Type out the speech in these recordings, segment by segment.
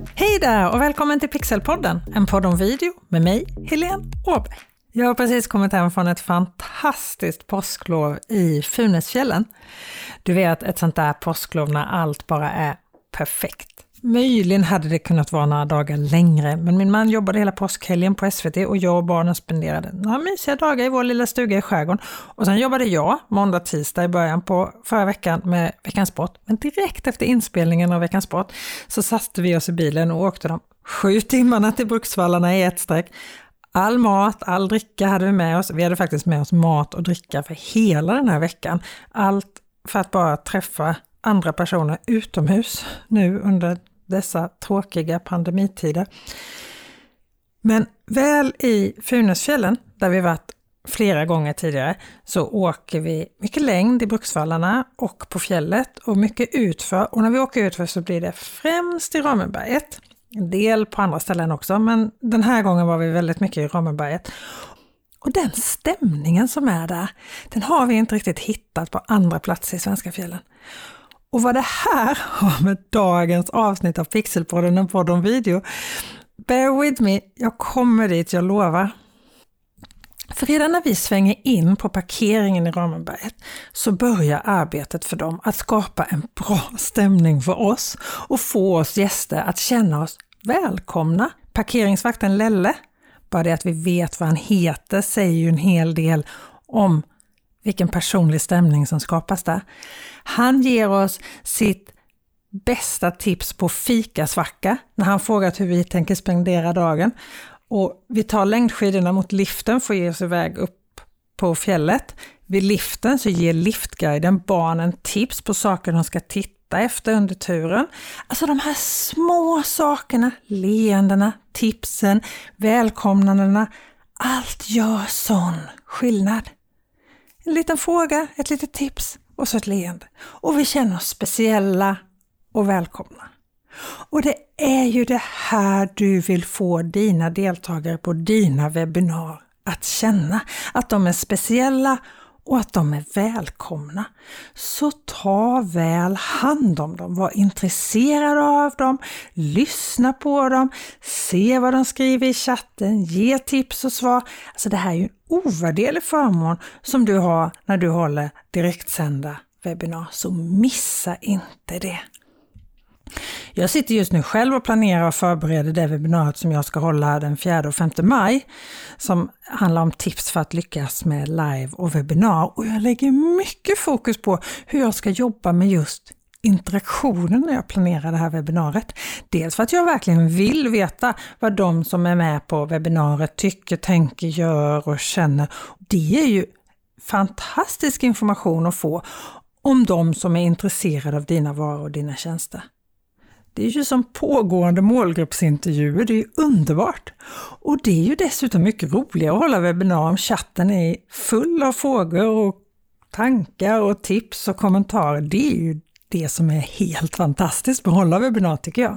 Hej där och välkommen till Pixelpodden, en podd om video med mig, Helene Åberg. Jag har precis kommit hem från ett fantastiskt påsklov i Funäsfjällen. Du vet, ett sånt där påsklov när allt bara är perfekt. Möjligen hade det kunnat vara några dagar längre, men min man jobbade hela påskhelgen på SVT och jag och barnen spenderade några mysiga dagar i vår lilla stuga i skärgården. Och sen jobbade jag måndag, tisdag i början på förra veckan med Veckans Sport. Men direkt efter inspelningen av Veckans Sport så satte vi oss i bilen och åkte de 7 timmarna till Bruksvallarna i ett streck. All mat, all dricka hade vi med oss. Vi hade faktiskt med oss mat och dricka för hela den här veckan. Allt för att bara träffa andra personer utomhus nu under dessa tråkiga pandemitider. Men väl i Funäsfjällen, där vi varit flera gånger tidigare, så åker vi mycket längd i Bruksvallarna och på fjället och mycket utför. Och när vi åker utför så blir det främst i Ramundberget. En del på andra ställen också, men den här gången var vi väldigt mycket i Ramundberget. Och den stämningen som är där, den har vi inte riktigt hittat på andra platser i svenska fjällen. Och vad det här har med dagens avsnitt av Pixelpodden, en podd om video. Bear with me, jag kommer dit, jag lovar. För redan när vi svänger in på parkeringen i Ramundberget så börjar arbetet för dem att skapa en bra stämning för oss och få oss gäster att känna oss välkomna. Parkeringsvakten Lelle, bara det att vi vet vad han heter, säger ju en hel del om vilken personlig stämning som skapas där. Han ger oss sitt bästa tips på fikasvacka när han frågat hur vi tänker spendera dagen. Och vi tar längdskidorna mot liften för att ge oss iväg upp på fjället. Vid liften så ger liftguiden barnen tips på saker de ska titta efter under turen. Alltså de här små sakerna, leendena, tipsen, välkomnandena, allt gör sån skillnad. En liten fråga, ett litet tips och så ett leende. Och vi känner oss speciella och välkomna. Och det är ju det här du vill få dina deltagare på dina webbinar att känna. Att de är speciella och att de är välkomna. Så ta väl hand om dem. Var intresserad av dem. Lyssna på dem. Se vad de skriver i chatten. Ge tips och svar. Alltså det här är ju en ovärderlig förmån som du har när du håller direktsända webbinar. Så missa inte det. Jag sitter just nu själv och planerar och förbereder det webbinariet som jag ska hålla den 4 och 5 maj som handlar om tips för att lyckas med live och webbinar, och jag lägger mycket fokus på hur jag ska jobba med just interaktionen när jag planerar det här webbinariet. Dels för att jag verkligen vill veta vad de som är med på webbinariet tycker, tänker, gör och känner. Det är ju fantastisk information att få om de som är intresserade av dina varor och dina tjänster. Det är ju som pågående målgruppsintervjuer, det är ju underbart. Och det är ju dessutom mycket roligare att hålla webbinar om chatten är full av frågor och tankar och tips och kommentarer. Det är ju det som är helt fantastiskt med att hålla webbinar, tycker jag.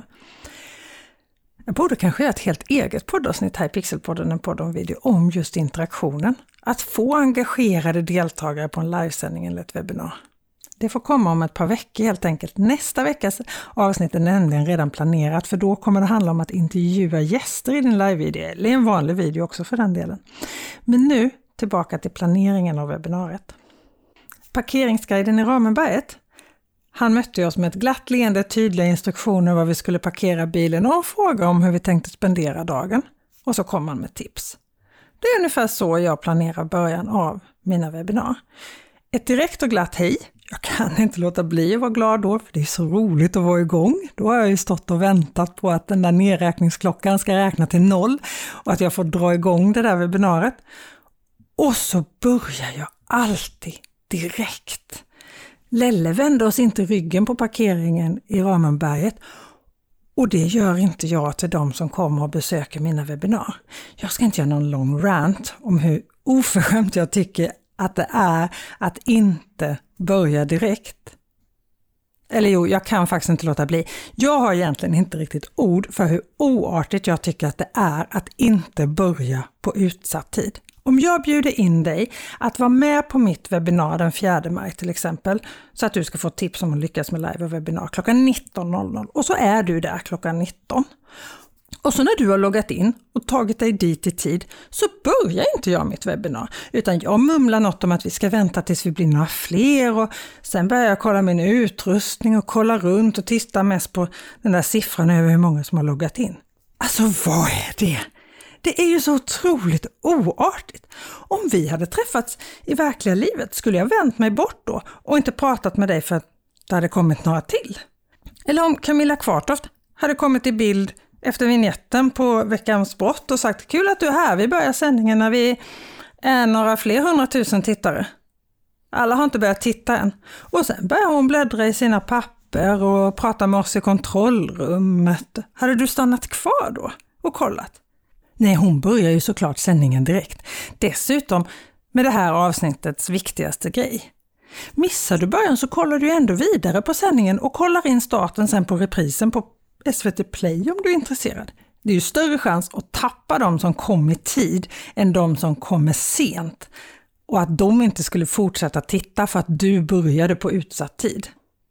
Jag borde kanske göra ett helt eget poddavsnitt här i Pixelpodden, en podd om video, om just interaktionen. Att få engagerade deltagare på en livesändning eller ett webbinar. Det får komma om ett par veckor helt enkelt. Nästa veckas avsnitt är nämligen redan planerat, för då kommer det handla om att intervjua gäster i din live-video, eller en vanlig video också för den delen. Men nu tillbaka till planeringen av webbinariet. Parkeringsguiden i Ramundberget, han mötte oss med ett glatt leende, tydliga instruktioner var vi skulle parkera bilen och fråga om hur vi tänkte spendera dagen. Och så kom han med tips. Det är ungefär så jag planerar början av mina webbinar. Ett direkt och glatt hej. Jag kan inte låta bli att vara glad då, för det är så roligt att vara igång. Då har jag ju stått och väntat på att den där nedräkningsklockan ska räkna till 0 och att jag får dra igång det där webbinariet. Och så börjar jag alltid direkt. Lelle vände oss inte ryggen på parkeringen i Ramundberget, och det gör inte jag till de som kommer och besöker mina webbinar. Jag ska inte göra någon lång rant om hur oförskämt jag tycker att det är att inte börja direkt. Eller jo, jag kan faktiskt inte låta bli. Jag har egentligen inte riktigt ord för hur oartigt jag tycker att det är att inte börja på utsatt tid. Om jag bjuder in dig att vara med på mitt webbinar den 4 maj till exempel, så att du ska få tips om att lyckas med live och webbinar klockan 19.00 och så är du där klockan 19. Och så när du har loggat in och tagit dig dit i tid så börjar inte jag mitt webbinar, utan jag mumlar något om att vi ska vänta tills vi blir några fler och sen börjar jag kolla min utrustning och kolla runt och titta mest på den där siffran över hur många som har loggat in. Alltså vad är det? Det är ju så otroligt oartigt. Om vi hade träffats i verkliga livet skulle jag vänt mig bort då och inte pratat med dig för att det hade kommit några till. Eller om Camilla Kvartoft hade kommit i bild efter vignetten på Veckans brott och sagt kul att du är här, vi börjar sändningen när vi är några fler 100 000 tittare. Alla har inte börjat titta än. Och sen börjar hon bläddra i sina papper och prata med oss i kontrollrummet. Hade du stannat kvar då och kollat? Nej, hon börjar ju såklart sändningen direkt. Dessutom med det här avsnittets viktigaste grej. Missar du början så kollar du ändå vidare på sändningen och kollar in starten sen på reprisen på SVT Play om du är intresserad. Det är ju större chans att tappa de som kommer i tid än de som kommer sent. Och att de inte skulle fortsätta titta för att du började på utsatt tid.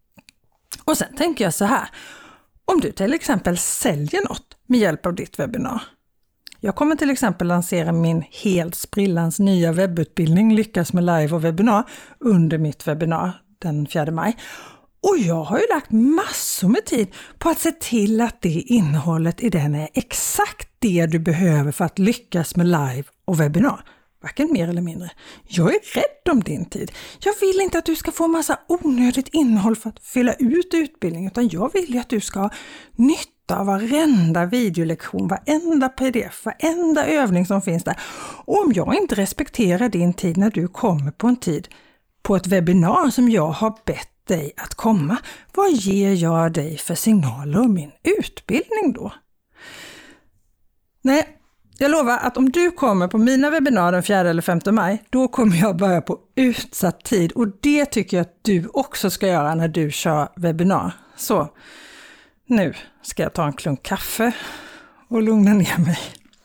Och sen tänker jag så här. Om du till exempel säljer något med hjälp av ditt webbinar. Jag kommer till exempel lansera min helt sprillans nya webbutbildning Lyckas med live och webbinar under mitt webbinar den 4 maj. Och jag har ju lagt massor med tid på att se till att det innehållet i den är exakt det du behöver för att lyckas med live och webbinar. Varken mer eller mindre. Jag är rädd om din tid. Jag vill inte att du ska få massa onödigt innehåll för att fylla ut utbildningen, utan jag vill ju att du ska ha nytta av varenda videolektion, varenda pdf, varenda övning som finns där. Och om jag inte respekterar din tid när du kommer på en tid på ett webbinar som jag har bett dig att komma, vad ger jag dig för signaler om min utbildning då? Nej, jag lovar att om du kommer på mina webbinar den 4 eller 5 maj, då kommer jag börja på utsatt tid och det tycker jag att du också ska göra när du kör webbinar. Så, nu ska jag ta en klunk kaffe och lugna ner mig.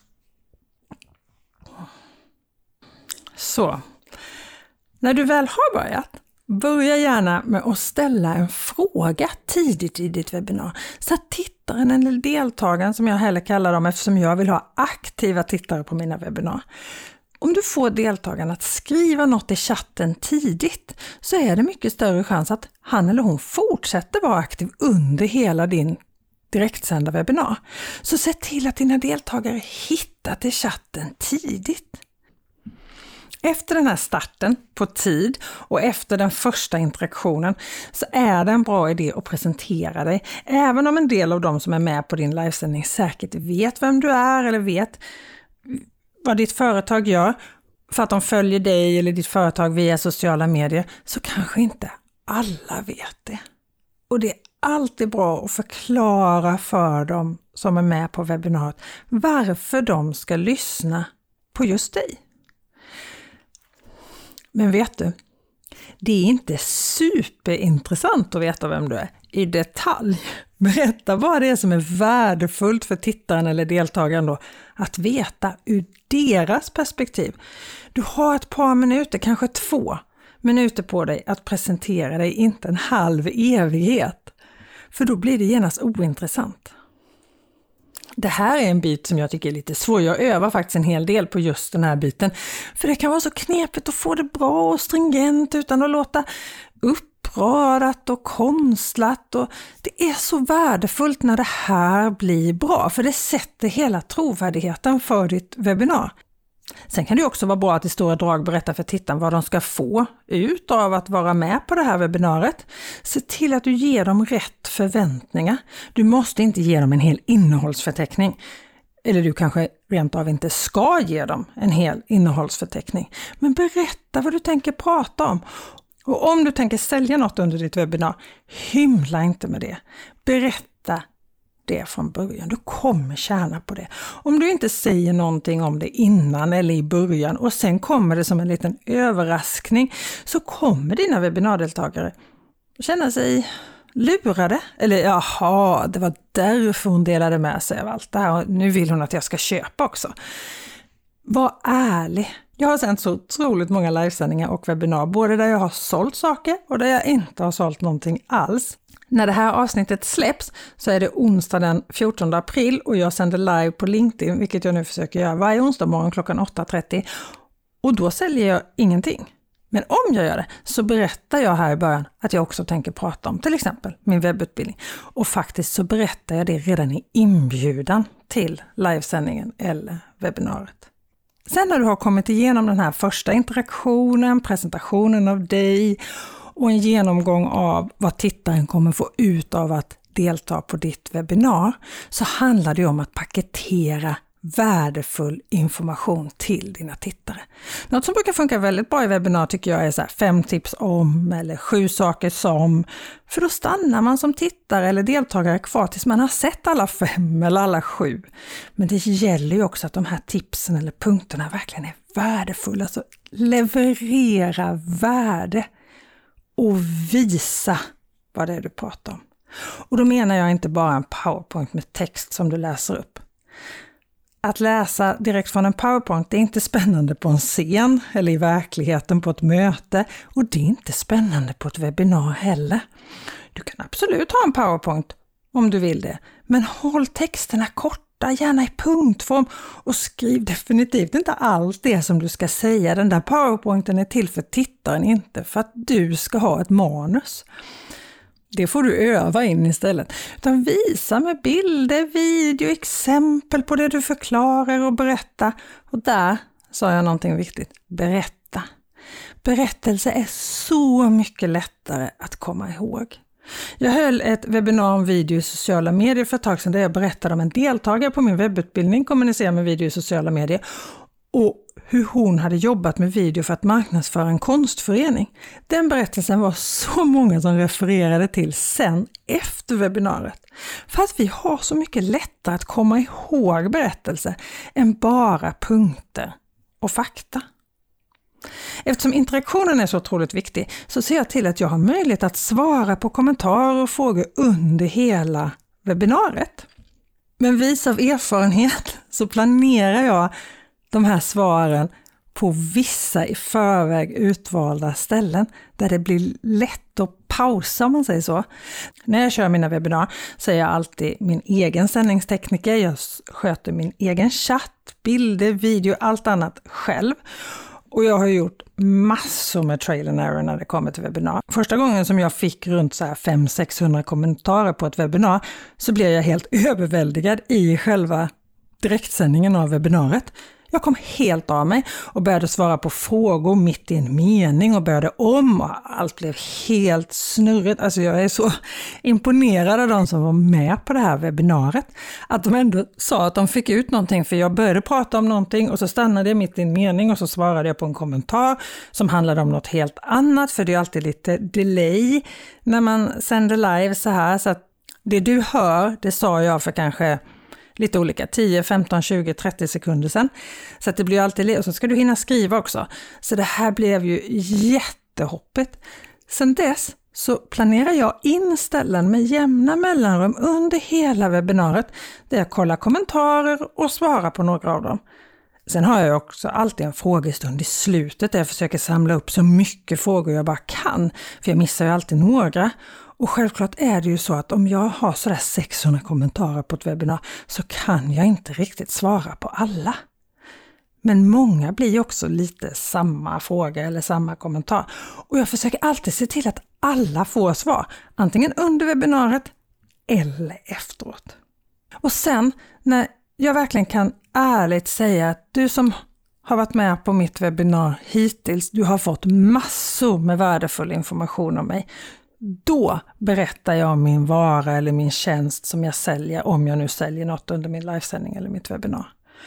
Så, när du väl har börjat, börja gärna med att ställa en fråga tidigt i ditt webbinar så att tittaren eller deltagaren, som jag hellre kallar dem eftersom jag vill ha aktiva tittare på mina webbinar. Om du får deltagaren att skriva något i chatten tidigt så är det mycket större chans att han eller hon fortsätter vara aktiv under hela din direktsända webbinar. Så se till att dina deltagare hittar till chatten tidigt. Efter den här starten på tid och efter den första interaktionen så är det en bra idé att presentera dig. Även om en del av de som är med på din livesändning säkert vet vem du är eller vet vad ditt företag gör för att de följer dig eller ditt företag via sociala medier, så kanske inte alla vet det. Och det är alltid bra att förklara för dem som är med på webbinariet varför de ska lyssna på just dig. Men vet du, det är inte superintressant att veta vem du är i detalj. Berätta vad det är som är värdefullt för tittaren eller deltagaren då att veta ur deras perspektiv. Du har ett par minuter, kanske 2 minuter på dig att presentera dig, inte en halv evighet. För då blir det genast ointressant. Det här är en bit som jag tycker är lite svår. Jag övar faktiskt en hel del på just den här biten. För det kan vara så knepigt att få det bra och stringent utan att låta uppradat och konstlat. Och det är så värdefullt när det här blir bra. För det sätter hela trovärdigheten för ditt webbinar. Sen kan det också vara bra att i stora drag berätta för tittaren vad de ska få ut av att vara med på det här webbinariet. Se till att du ger dem rätt förväntningar. Du måste inte ge dem en hel innehållsförteckning. Eller du kanske rent av inte ska ge dem en hel innehållsförteckning. Men berätta vad du tänker prata om. Och om du tänker sälja något under ditt webbinar, hymla inte med det. Berätta det från början. Du kommer tjäna på det. Om du inte säger någonting om det innan eller i början och sen kommer det som en liten överraskning, så kommer dina webbinardeltagare känna sig lurade. Eller jaha, det var därför hon delade med sig av allt det här och nu vill hon att jag ska köpa också. Var ärlig. Jag har sänt så otroligt många livesändningar och webbinar, både där jag har sålt saker och där jag inte har sålt någonting alls. När det här avsnittet släpps så är det onsdag den 14 april och jag sänder live på LinkedIn, vilket jag nu försöker göra varje onsdag morgon klockan 8:30. Och då säljer jag ingenting. Men om jag gör det så berättar jag här i början att jag också tänker prata om till exempel min webbutbildning. Och faktiskt så berättar jag det redan i inbjudan till livesändningen eller webbinariet. Sen när du har kommit igenom den här första interaktionen, presentationen av dig och en genomgång av vad tittaren kommer få ut av att delta på ditt webbinar, så handlar det om att paketera värdefull information till dina tittare. Något som brukar funka väldigt bra i webbinar tycker jag är så här 5 tips om eller 7 saker som, för då stannar man som tittare eller deltagare kvar tills man har sett alla 5 eller alla 7. Men det gäller ju också att de här tipsen eller punkterna verkligen är värdefulla, så leverera värde och visa vad det är du pratar om. Och då menar jag inte bara en PowerPoint med text som du läser upp. Att läsa direkt från en PowerPoint, det är inte spännande på en scen eller i verkligheten på ett möte, och det är inte spännande på ett webbinar heller. Du kan absolut ha en PowerPoint om du vill det, men håll texterna korta, gärna i punktform, och skriv definitivt inte allt det som du ska säga. Den där PowerPointen är till för tittaren, inte för att du ska ha ett manus. Det får du öva in istället. Utan visa med bilder, video, exempel på det du förklarar och berätta. Och där sa jag någonting viktigt. Berätta. Berättelse är så mycket lättare att komma ihåg. Jag höll ett webbinar om video i sociala medier för ett tag sedan där jag berättade om en deltagare på min webbutbildning Kommunicera med video i sociala medier och hur hon hade jobbat med video för att marknadsföra en konstförening. Den berättelsen var så många som refererade till sen efter webbinariet. För att vi har så mycket lättare att komma ihåg berättelser än bara punkter och fakta. Eftersom interaktionen är så otroligt viktig så ser jag till att jag har möjlighet att svara på kommentarer och frågor under hela webbinariet. Men vis av erfarenhet så planerar jag de här svaren på vissa i förväg utvalda ställen där det blir lätt att pausa, om man säger så. När jag kör mina webbinar så är jag alltid min egen sändningstekniker. Jag sköter min egen chatt, bilder, video, allt annat själv. Och jag har gjort massor med trial and error när det kommer till webbinar. Första gången som jag fick runt 500-600 kommentarer på ett webbinar så blev jag helt överväldigad i själva direktsändningen av webbinariet. Jag kom helt av mig och började svara på frågor mitt i en mening och började om och allt blev helt snurrigt. Alltså jag är så imponerad av de som var med på det här webbinariet. Att de ändå sa att de fick ut någonting, för jag började prata om någonting och så stannade jag mitt i en mening och så svarade jag på en kommentar som handlade om något helt annat, för det är alltid lite delay när man sänder live så här. Så att det du hör, det sa jag för kanske lite olika, 10, 15, 20, 30 sekunder sedan. Så att det blir alltid, och så ska du hinna skriva också. Så det här blev ju jättehoppigt. Sen dess så planerar jag in ställen med jämna mellanrum under hela webbinariet där jag kollar kommentarer och svarar på några av dem. Sen har jag också alltid en frågestund i slutet där jag försöker samla upp så mycket frågor jag bara kan, för jag missar ju alltid några. Och självklart är det ju så att om jag har sådär 600 kommentarer på ett webbinar så kan jag inte riktigt svara på alla. Men många blir också lite samma fråga eller samma kommentar. Och jag försöker alltid se till att alla får svar, antingen under webbinariet eller efteråt. Och sen när jag verkligen kan ärligt säga att du som har varit med på mitt webbinar hittills, du har fått massor med värdefull information om mig. Då berättar jag om min vara eller min tjänst som jag säljer, om jag nu säljer något under min livesändning eller mitt webbinar.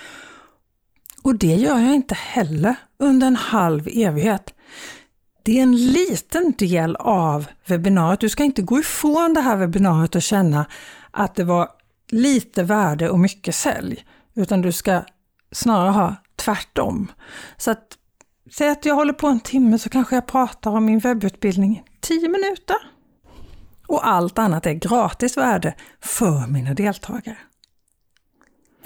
Och det gör jag inte heller under en halv evighet. Det är en liten del av webbinariet. Du ska inte gå ifrån det här webbinariet och känna att det var lite värde och mycket sälj, utan du ska snarare ha tvärtom. Så att säg att jag håller på en timme, så kanske jag pratar om min webbutbildning 10 minuter. Och allt annat är gratis värde för mina deltagare.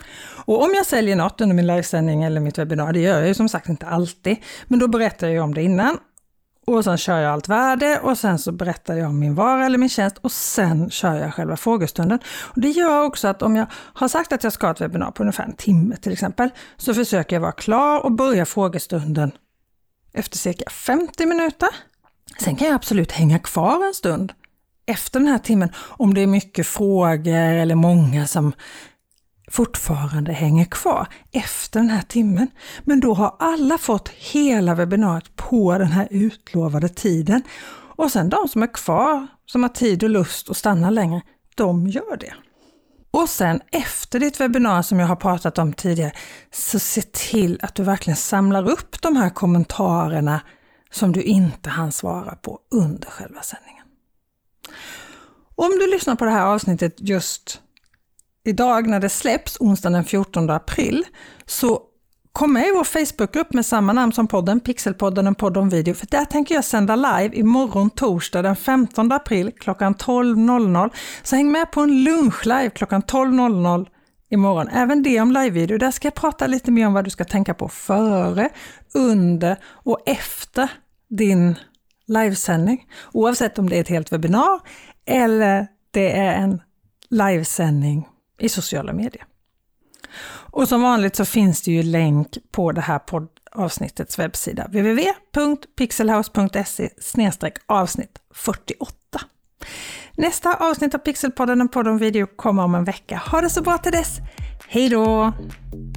Och om jag säljer något under min livesändning eller mitt webbinar, det gör jag ju som sagt inte alltid, men då berättar jag om det innan. Och sen kör jag allt värde och sen så berättar jag om min vara eller min tjänst och sen kör jag själva frågestunden. Och det gör också att om jag har sagt att jag ska ha ett webbinar på ungefär en timme till exempel, så försöker jag vara klar och börja frågestunden efter cirka 50 minuter. Sen kan jag absolut hänga kvar en stund efter den här timmen om det är mycket frågor eller många som fortfarande hänger kvar efter den här timmen. Men då har alla fått hela webbinariet på den här utlovade tiden. Och sen de som är kvar, som har tid och lust att stanna längre, de gör det. Och sen efter ditt webbinar som jag har pratat om tidigare, så se till att du verkligen samlar upp de här kommentarerna som du inte hann svara på under själva sändningen. Om du lyssnar på det här avsnittet just idag när det släpps, onsdagen den 14 april, så kom med i vår Facebookgrupp med samma namn som podden, Pixelpodden, en podd om video. För där tänker jag sända live imorgon torsdag den 15 april klockan 12.00. Så häng med på en lunchlive klockan 12.00 imorgon. Även det om live-video. Där ska jag prata lite mer om vad du ska tänka på före, under och efter din livesändning. Oavsett om det är ett helt webbinar eller det är en livesändning i sociala medier. Och som vanligt så finns det ju länk på det här poddavsnittets webbsida www.pixelhouse.se/avsnitt 48. Nästa avsnitt av Pixelpodden, en podd om video, kommer om en vecka. Ha det så bra till dess. Hej då!